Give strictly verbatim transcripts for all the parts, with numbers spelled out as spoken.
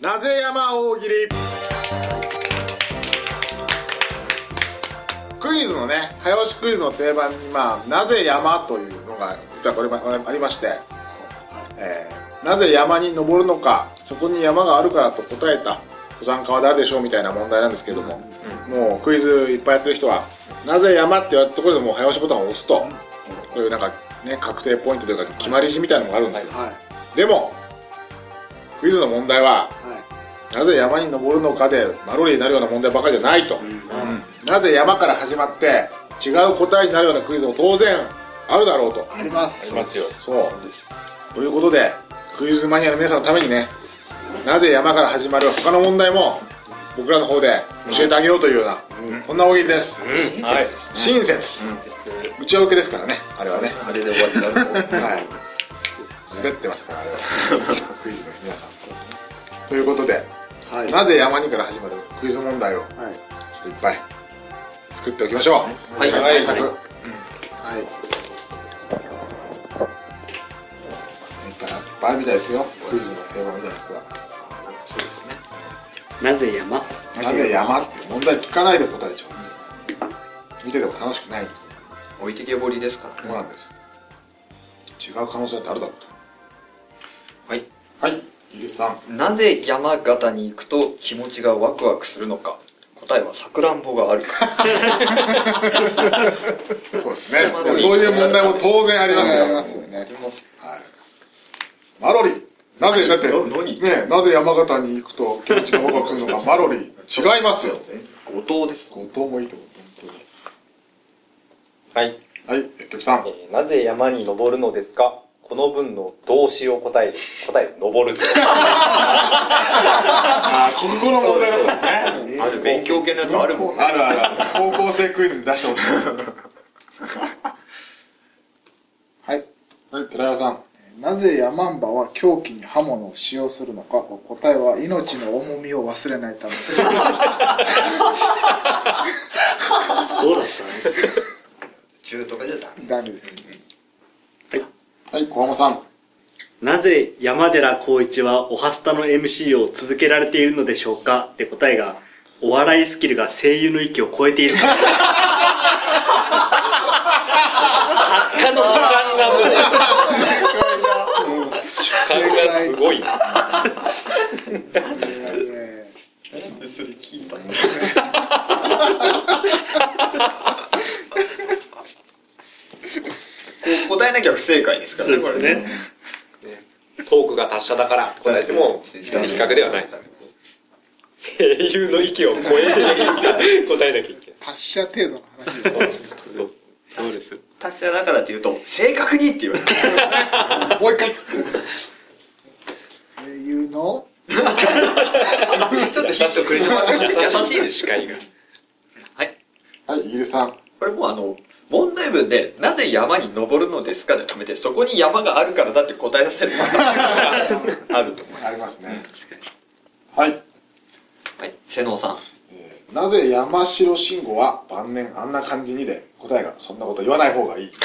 なぜ山大喜利。クイズのね、早押しクイズの定番に、まあ、なぜ山というのが実はこれもありまして、えー、なぜ山に登るのか、そこに山があるからと答えた登山家は誰でしょうみたいな問題なんですけれども、うん、もうクイズいっぱいやってる人はなぜ山って言われたところでもう早押しボタンを押すと、うん、こういうなんかね、確定ポイントというか決まり字みたいなのがあるんですよ、はいはい、でもクイズの問題は、はい、なぜ山に登るのかでマロリーになるような問題ばかりじゃないと、うんうん、なぜ山から始まって違う答えになるようなクイズも当然あるだろうと。 ありますありますよ。そうということでクイズマニアの皆さんのためにね、なぜ山から始まる他の問題も僕らの方で教えてあげようというような、うん、そんな大喜利です、うん、はい、親切、うん、内輪受けですからね、あれはね、 あれで終わりだろうはい、滑ってますからあれはクイズの皆さんということで、はい、なぜ山にから始まるクイズ問題を、はい、ちょっといっぱい作っておきましょう。はい、対策、はい、はい、いっぱいあるみたいですよ、クイズの定番みたいなやつが。 そうですね。 なぜ山？ なぜ山って問題聞かないで答えちゃう。見てても楽しくないんですよ。 置いてけぼりですからね。 そうなんです。違う可能性ってあるだろうと。 はいはい、イギリスさん。なぜ山形に行くと気持ちがワクワクするのか。答えはさくらんぼがあるからそうですね。そういう問題も当然ありますよ。 ありますよね。はい、 マロリー、なぜだってね、なぜ山形に行くと気持ちがワクワクするのか。マロリー違いますよ。 後藤です。 後藤もいいと思う、本当に。はいはい、結局さん、 えー、なぜ山に登るのですか。この文の動詞を答える。答える、登る。 ああ、国語の問題だったんですね。 ある勉強系のやつあるもん。 あるあるある。高校生クイズに出してほしい。はい。はい、寺谷さん。 なぜヤマンバは凶器に刃物を使用するのか。答えは命の重みを忘れないため。 そうだったね。 中とかじゃダメ。 ダメですね。 はい、小浜さん。 なぜ山寺宏一はおはスタの エムシー を続けられているのでしょうか。って答えが、お笑いスキルが声優の域を超えているから。 作家の主観がもう主観がすごいな。 なんでそれ聞いたの。答えなきゃ不正解ですからね、これね。 トークが達者だから答えても比較ではないです。声優の域を超えて答えなきゃいけない。 達者程度の話です。 そうそうです。 達者だからって言うと正確にって言われる。 もう一回。 声優のちょっとヒントくれてますね。優しいです。 視界が。 はい。 はい、イギリスさん。 これもうあの問題文でなぜ山に登るのですかで止めて、そこに山があるからだって答えさせるパターンがあると思います。 ありますね。 確かに。 はい。 はい、瀬能さん。 えー、なぜ山城慎吾は晩年あんな感じにで、答えがそんなこと言わない方がいい。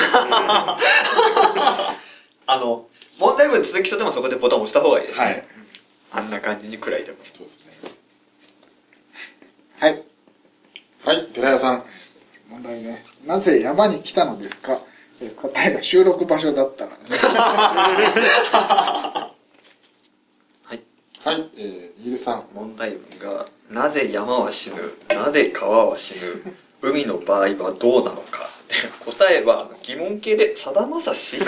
あの問題文続きそうでもそこでボタンを押した方がいいですね。はい。あんな感じにくらいでも。 そうですね。はい。はい、寺谷さん。 問題ね。なぜ山に来たのですか。え答えが収録場所だったからね。 はい。 はい、えー、イギリスさん。 問題文がなぜ山は死ぬ、なぜ川は死ぬ、海の場合はどうなのか。答えは疑問形でさだまさし。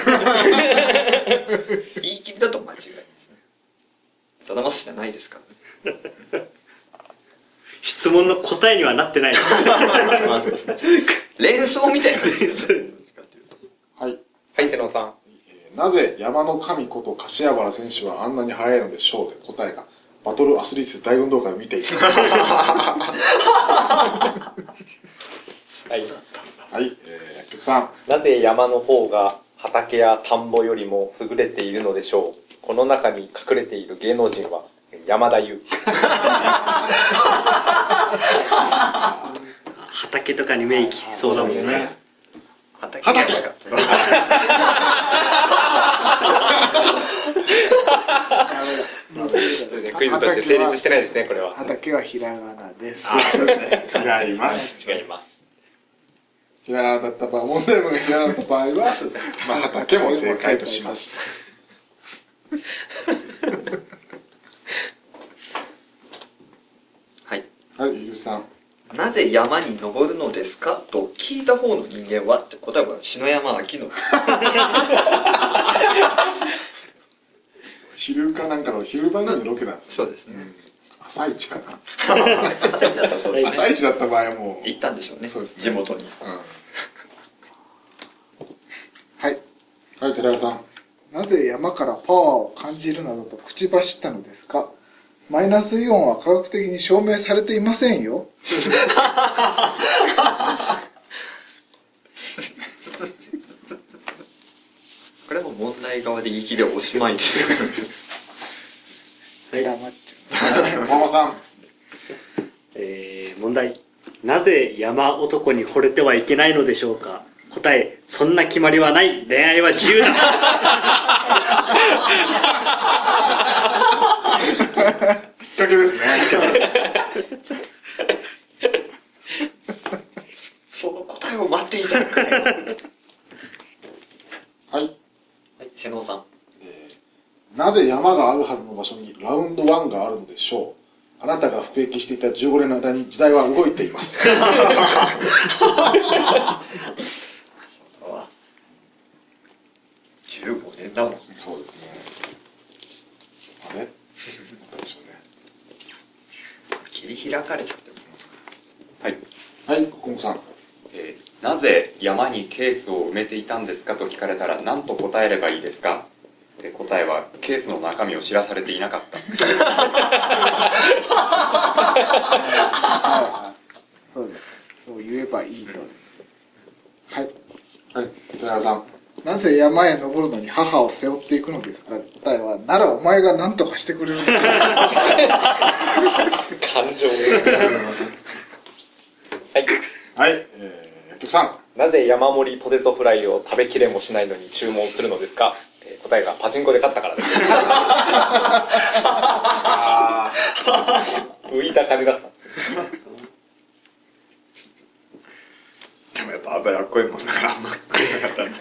言い切りだと間違いですね。さだまさしじゃないですからね。 質問の答えにはなってない。 まあそうですね。連想みたいな。 はい。 はい、瀬野さん。 えー、なぜ山の神こと柏原選手はあんなに速いのでしょうで、答えがバトルアスリート大運動会を見ていた。はい。はい、えー、薬局さん。 なぜ山の方が畑や田んぼよりも優れているのでしょう。この中に隠れている芸能人は山田優。 畑とかに目行きそうだもんね。 畑。 畑。 クイズとして成立してないですね、これは。 畑はひらがなです。 違います違います。 ひらがなだった場合、問題文がひらがなだった場合は、まあ、畑も正解とします。 はい。 はい、ゆうさん。 なぜ山に登るのですかと聞いた方の人間はって答えは篠山明の。 昼かなんかの昼番組のロケなんですね。 そうですね。 うん、朝一かな。 朝一だったらそうですね。 朝一だった場合はもう行ったんでしょうね。 そうですね。 地元に。 うん、 はい。 はい、寺田さん。 なぜ山からパワーを感じるなどと口走ったのですか。マイナスイオンは科学的に証明されていませんよ。 これも問題側で言い切りはおしまいです。 はい。黙っちゃう。 ママさん。 えー、問題。なぜ山男に惚れてはいけないのでしょうか。答え、そんな決まりはない。恋愛は自由だ。 きっかけですね。 その答えを待っていた。はい。 はい。 はい、瀬能さん。 なぜ山があるはずの場所にラウンドワンがあるのでしょう。あなたが服役していたじゅうごねんの間に時代は動いています。 じゅうごねんだもん。 そうですね。あれ？なんでしょうね。 切り開かれちゃってる。 はい。 はい、国分さん。 えー、なぜ山にケースを埋めていたんですかと聞かれたら何と答えればいいですか。えー、答えはケースの中身を知らされていなかった。 そうです。そう言えばいいと。はい。 はい、寺田さん。 なぜ山へ登るのに母を背負っていくのですか。答えは、ならお前が何とかしてくれるんだ。 感情。はい。 はい、えー、薬局さん。 なぜ山盛りポテトフライを食べきれもしないのに注文するのですか。えー、答えがパチンコで勝ったからです。浮いた金だった。 でもやっぱ脂っこいもんだからあんま食えなかったんだ。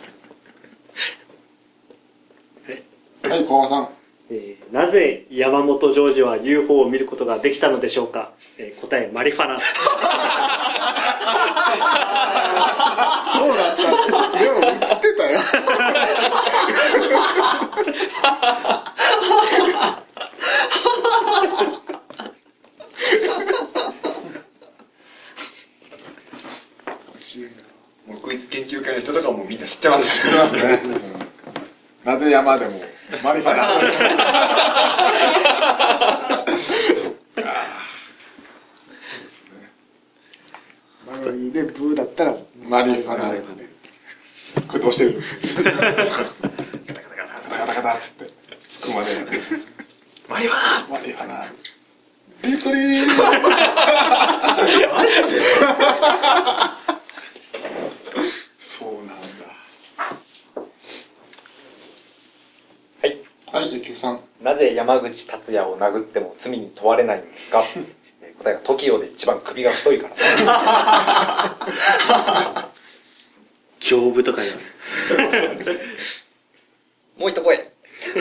はい、小浜さん。 えー、なぜ山本譲二は ユーフォー を見ることができたのでしょうか。えー、答え、マリファナ。 そうだった。でも映ってたよ。 もうクイズ研究会の人とかもみんな知ってます知ってますね。うん、なぜ山でもマリファナ。 マロリーでブーだったらマリファナ。これどうしてる？ガタガタガタガタっつってつくまで。 マリファマリファナ。ビクトリー。そうなんだ。 はい。 はい、ゆきゅうさん。 なぜ山口達也を殴っても罪に問われないんですか。答えが トキオ で一番首が太いから。 丈夫とか言わない。 もう一声。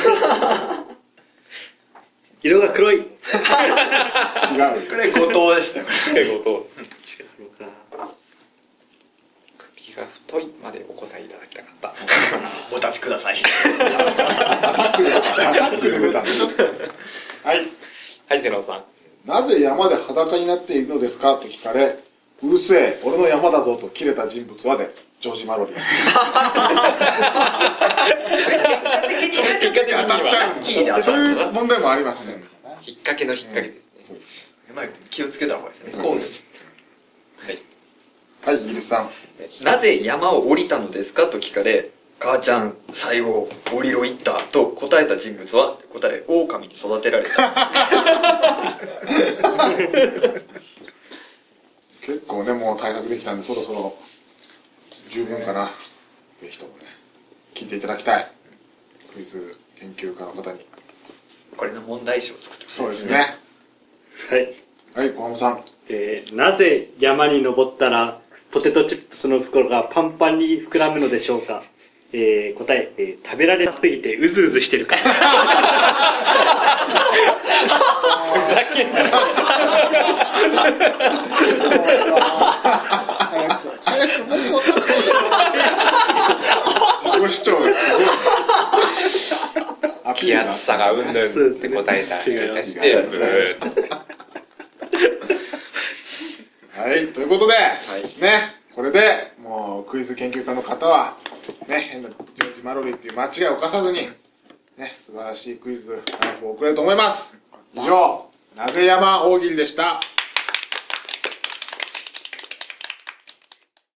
色が黒い。違う。 違う。 これ後藤ですね。 後藤ですね。 違うのか。 首が太いまでお答えいただきたかった。 お立ちください。 はい。 はい、瀬能さん。 なぜ山で裸になっているのですかと聞かれ、うるせえ、俺の山だぞと切れた人物はで、ジョージ・マロリー。 結果的に当たっちゃう。そういう問題もありますね。 引っ掛けの引っ掛けですね。 そうですね。 まあ気をつけた方がいいですね。こうです。 はい。 はい、イギリスさん。 なぜ山を降りたのですかと聞かれ、母ちゃん最後降りろ行ったと答えた人物は答え、狼に育てられた。 結構ね、もう対策できたんで、そろそろ十分かな。ぜひともね、聞いていただきたい。クイズ研究家の方に。 これの問題集を作ってほしいそうですね。 はい。 はい、小浜さん。 えー、なぜ山に登ったらポテトチップスの袋がパンパンに膨らむのでしょうか。えー、答え、えー、食べられなすぎてうずうずしてるから。 ふざけんな。 早く僕を自己主張がすごい。アピー気ルが圧差がうんぬんって答えた人に対して、ブーって。 はい、ということで、ね、これでもうクイズ研究家の方は、ね、変なジョージ・マロリーっていう間違いを犯さずに、ね、素晴らしいクイズ、ライフを送れると思います。以上、なぜ山大喜利でした。